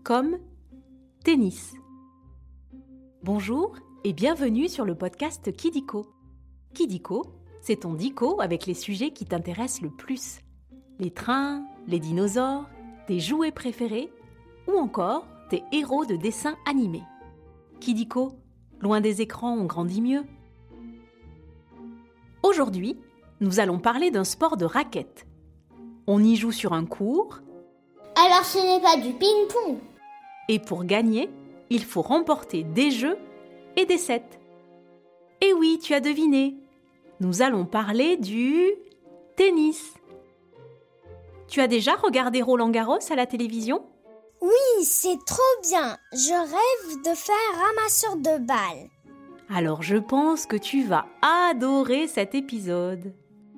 comme tennis. Bonjour et bienvenue sur le podcast Kidiko. Kidiko, c'est ton dico avec les sujets qui t'intéressent le plus. Les trains, les dinosaures, tes jouets préférés ou encore tes héros de dessins animés. Kidiko, loin des écrans, on grandit mieux. Aujourd'hui, nous allons parler d'un sport de raquette. On y joue sur un court. Alors ce n'est pas du ping-pong. Et pour gagner, il faut remporter des jeux et des sets. Et oui, tu as deviné. Nous allons parler du tennis. Tu as déjà regardé Roland-Garros à la télévision ? Oui, c'est trop bien. Je rêve de faire ramasseur de balles. Alors je pense que tu vas adorer cet épisode.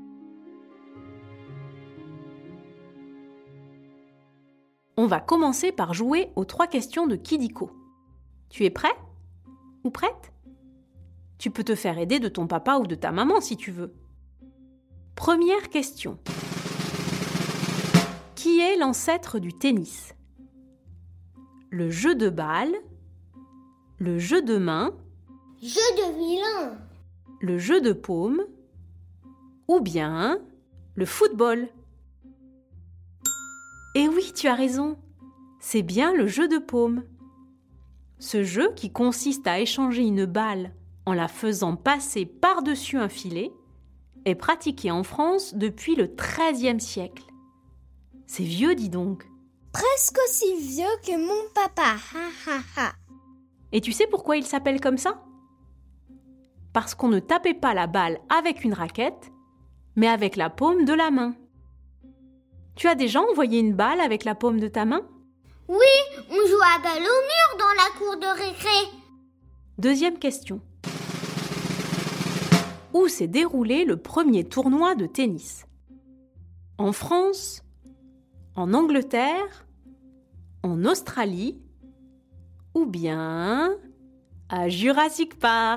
On va commencer par jouer aux 3 questions de Kidiko. Tu es prêt ou prête ? Tu peux te faire aider de ton papa ou de ta maman si tu veux. Première question. Qui est l'ancêtre du tennis ? Le jeu de balle, le jeu de main, Jeu de vilain. le jeu de paume ou bien le football. Eh oui, tu as raison, c'est bien le jeu de paume. Ce jeu qui consiste à échanger une balle en la faisant passer par-dessus un filet est pratiqué en France depuis le XIIIe siècle. C'est vieux, dis donc. Presque aussi vieux que mon papa. Ha ha ha. Et tu sais pourquoi il s'appelle comme ça ? Parce qu'on ne tapait pas la balle avec une raquette, mais avec la paume de la main. Tu as déjà envoyé une balle avec la paume de ta main ? Oui, on joue à balle au mur dans la cour de récré. Deuxième question. Où s'est déroulé le premier tournoi de tennis ? En France ? En Angleterre ? En Australie ? Ou bien à Jurassic Park ?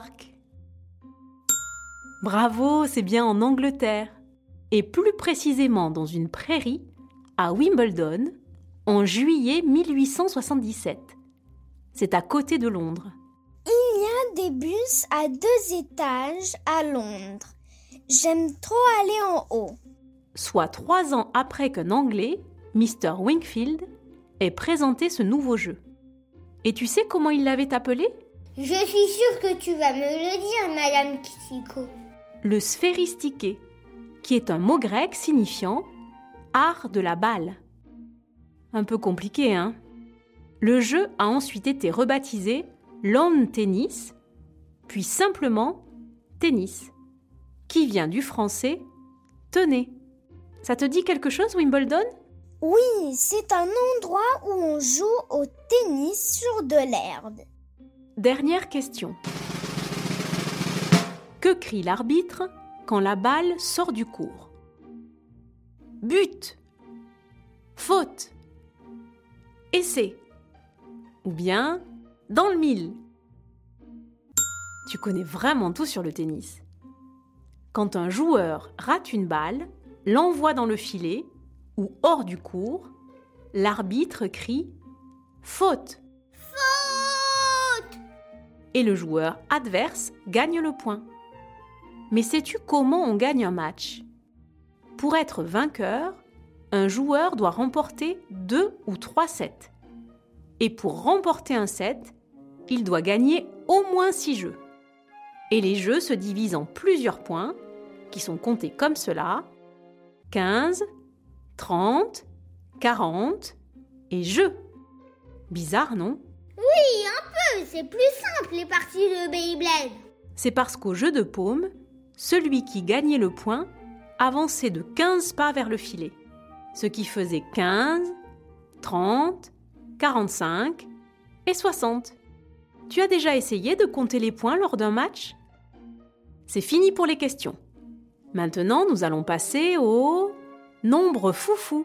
Bravo, c'est bien en Angleterre. Et plus précisément dans une prairie à Wimbledon en juillet 1877. C'est à côté de Londres. Il y a des bus à 2 étages à Londres. J'aime trop aller en haut. Soit 3 ans après qu'un Anglais, Mr. Wingfield, ait présenté ce nouveau jeu. Et tu sais comment il l'avait appelé ? Je suis sûre que tu vas me le dire, Madame Kidiko. Le sphéristiqué, qui est un mot grec signifiant « art de la balle ». Un peu compliqué, hein ? Le jeu a ensuite été rebaptisé lawn tennis, puis simplement tennis, qui vient du français « tenez ». Ça te dit quelque chose, Wimbledon ? Oui, c'est un endroit où on joue au tennis sur de l'herbe. Dernière question. Que crie l'arbitre quand la balle sort du court ? But, faute, essai, ou bien dans le mille. Tu connais vraiment tout sur le tennis. Quand un joueur rate une balle, l'envoie dans le filet ou hors du court, l'arbitre crie « faute » et le joueur adverse gagne le point. Mais sais-tu comment on gagne un match ? Pour être vainqueur, un joueur doit remporter 2 ou 3 sets. Et pour remporter un set, il doit gagner au moins 6 jeux. Et les jeux se divisent en plusieurs points, qui sont comptés comme cela, 15, 30, 40 et jeux. Bizarre, non ? Oui, un peu, c'est plus simple les parties de Beyblade. C'est parce qu'au jeu de paume, celui qui gagnait le point avançait de 15 pas vers le filet, ce qui faisait 15, 30, 45 et 60. Tu as déjà essayé de compter les points lors d'un match ? C'est fini pour les questions. Maintenant, nous allons passer au nombre foufou.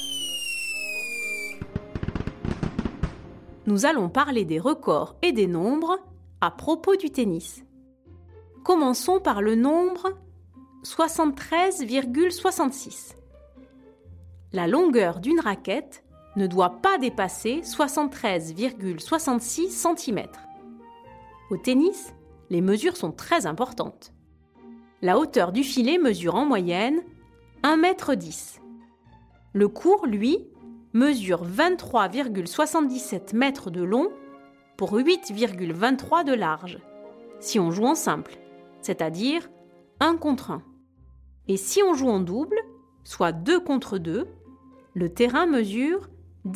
Nous allons parler des records et des nombres à propos du tennis. Commençons par le nombre 73,66. La longueur d'une raquette ne doit pas dépasser 73,66 cm. Au tennis, les mesures sont très importantes. La hauteur du filet mesure en moyenne 1,10 m. Le court, lui, mesure 23,77 mètres de long pour 8,23 de large, si on joue en simple, c'est-à-dire 1 contre 1. Et si on joue en double, soit 2 contre 2, le terrain mesure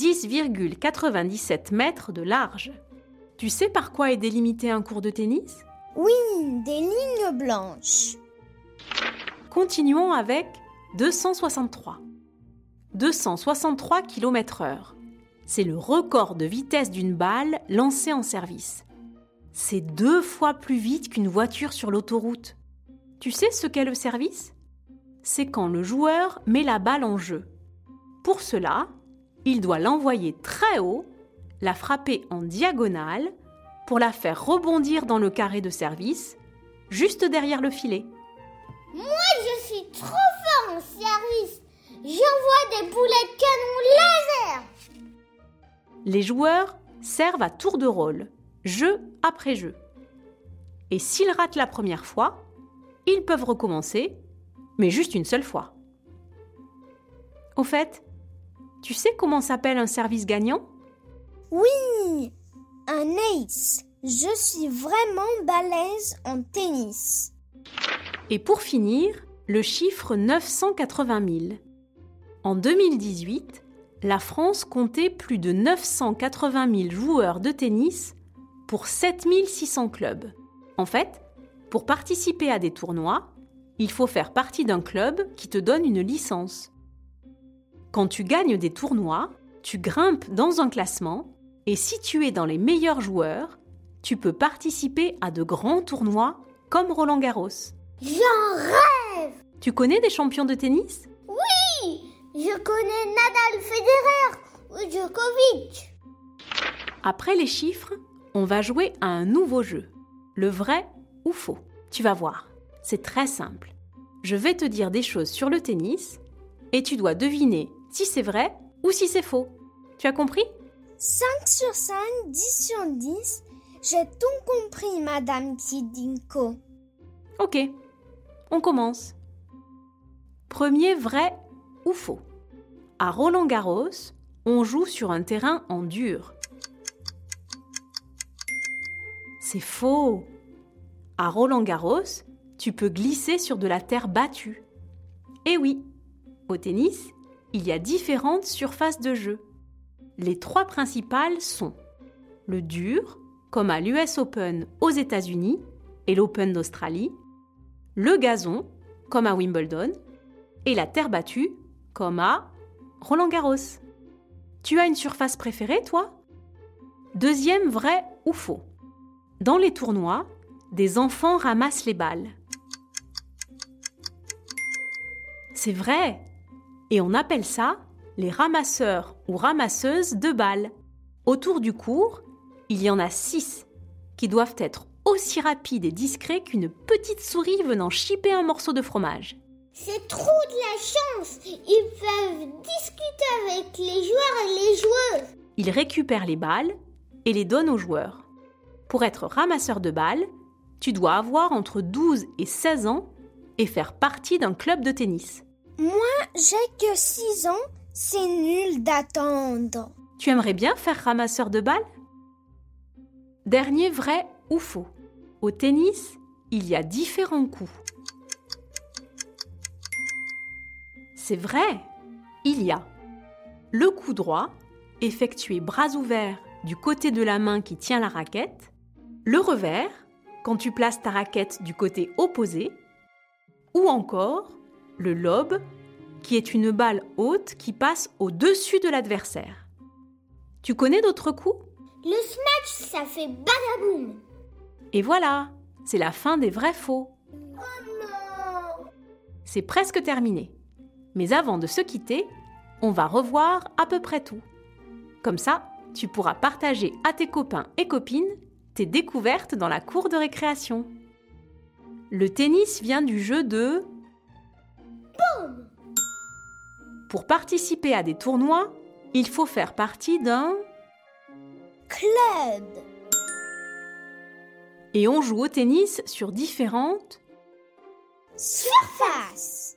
10,97 mètres de large. Tu sais par quoi est délimité un court de tennis ? Oui, des lignes blanches. Continuons avec 263. 263 km/h. C'est le record de vitesse d'une balle lancée en service. C'est 2 fois plus vite qu'une voiture sur l'autoroute. Tu sais ce qu'est le service ? C'est quand le joueur met la balle en jeu. Pour cela, il doit l'envoyer très haut, la frapper en diagonale pour la faire rebondir dans le carré de service, juste derrière le filet. Moi, je suis trop fort en service. J'envoie des boulets de canon laser. Les joueurs servent à tour de rôle, jeu après jeu. Et s'ils ratent la première fois, ils peuvent recommencer, mais juste une seule fois. Au fait, tu sais comment s'appelle un service gagnant ? Oui, un ace. Je suis vraiment balèze en tennis. Et pour finir, le chiffre 980 000. En 2018, la France comptait plus de 980 000 joueurs de tennis pour 7 600 clubs. En fait, pour participer à des tournois, il faut faire partie d'un club qui te donne une licence. Quand tu gagnes des tournois, tu grimpes dans un classement et si tu es dans les meilleurs joueurs, tu peux participer à de grands tournois comme Roland-Garros. J'en rêve! Tu connais des champions de tennis ? Oui! Je connais Nadal, Federer ou Djokovic. Après les chiffres, on va jouer à un nouveau jeu, le vrai ou faux. Tu vas voir, c'est très simple. Je vais te dire des choses sur le tennis et tu dois deviner si c'est vrai ou si c'est faux. Tu as compris ? 5 sur 5, 10 sur 10. J'ai tout compris, Madame Tidinko. Ok, on commence. Premier vrai ou faux. À Roland-Garros, on joue sur un terrain en dur. C'est faux. À Roland-Garros, tu peux glisser sur de la terre battue. Eh oui, au tennis, il y a différentes surfaces de jeu. Les 3 principales sont le dur, comme à l'US Open aux États-Unis et l'Open d'Australie, le gazon, comme à Wimbledon, et la terre battue, comme à Roland-Garros. Tu as une surface préférée, toi ? Deuxième vrai ou faux. Dans les tournois, des enfants ramassent les balles. C'est vrai. Et on appelle ça les ramasseurs ou ramasseuses de balles. Autour du court, il y en a 6 qui doivent être aussi rapides et discrets qu'une petite souris venant chipper un morceau de fromage. C'est trop de la chance. Ils peuvent discuter avec les joueurs et les joueuses. Ils récupèrent les balles et les donnent aux joueurs. Pour être ramasseur de balles, tu dois avoir entre 12 et 16 ans et faire partie d'un club de tennis. Moi, j'ai que 6 ans. C'est nul d'attendre. Tu aimerais bien faire ramasseur de balles ? Dernier vrai ou faux. Au tennis, il y a différents coups. C'est vrai, il y a le coup droit, effectué bras ouverts du côté de la main qui tient la raquette, le revers, quand tu places ta raquette du côté opposé, ou encore le lob, qui est une balle haute qui passe au-dessus de l'adversaire. Tu connais d'autres coups ? Le smash, ça fait badaboum. Et voilà, c'est la fin des vrais faux. Oh non! C'est presque terminé. Mais avant de se quitter, on va revoir à peu près tout. Comme ça, tu pourras partager à tes copains et copines tes découvertes dans la cour de récréation. Le tennis vient du jeu de... Boum! Pour participer à des tournois, Il faut faire partie d'un club. et on joue au tennis sur différentes. Surface.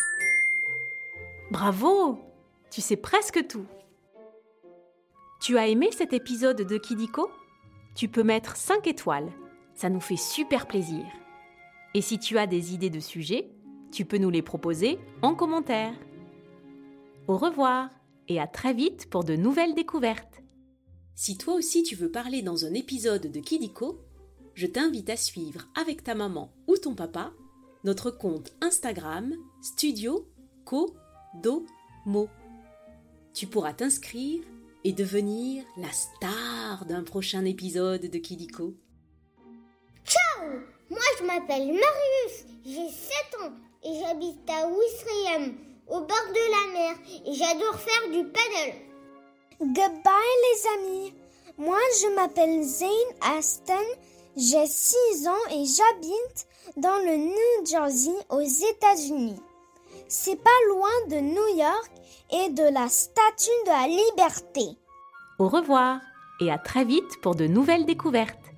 Bravo! Tu sais presque tout. Tu as aimé cet épisode de Kidiko? Tu peux mettre 5 étoiles. Ça nous fait super plaisir. Et si tu as des idées de sujets, tu peux nous les proposer en commentaire. Au revoir et à très vite pour de nouvelles découvertes. Si toi aussi tu veux parler dans un épisode de Kidiko, je t'invite à suivre avec ta maman ou ton papa notre compte Instagram Studio Kodomo. Tu pourras t'inscrire et devenir la star d'un prochain épisode de Kidiko. Ciao! Moi je m'appelle Marius, j'ai 7 ans et j'habite à Ouistreham, au bord de la mer, et j'adore faire du paddle. Goodbye les amis, moi je m'appelle Zane Aston, j'ai 6 ans et j'habite dans le New Jersey aux États-Unis. C'est pas loin de New York et de la Statue de la Liberté. Au revoir et à très vite pour de nouvelles découvertes.